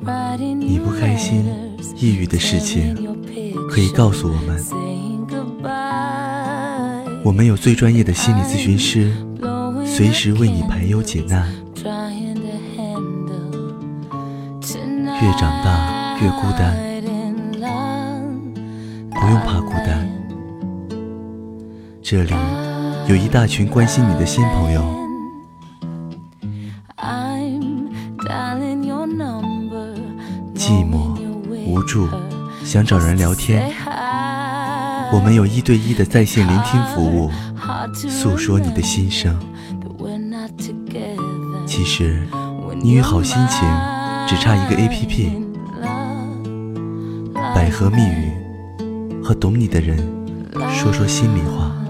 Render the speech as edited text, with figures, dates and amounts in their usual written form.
你不开心、抑郁的事情，可以告诉我们。我们有最专业的心理咨询师，随时为你排忧解难。越长大越孤单，不用怕孤单，这里有一大群关心你的新朋友。寂寞无助，想找人聊天，我们有1对1的在线聆听服务，诉说你的心声。其实你与好心情只差一个 APP， 百合蜜语，和懂你的人说说心里话。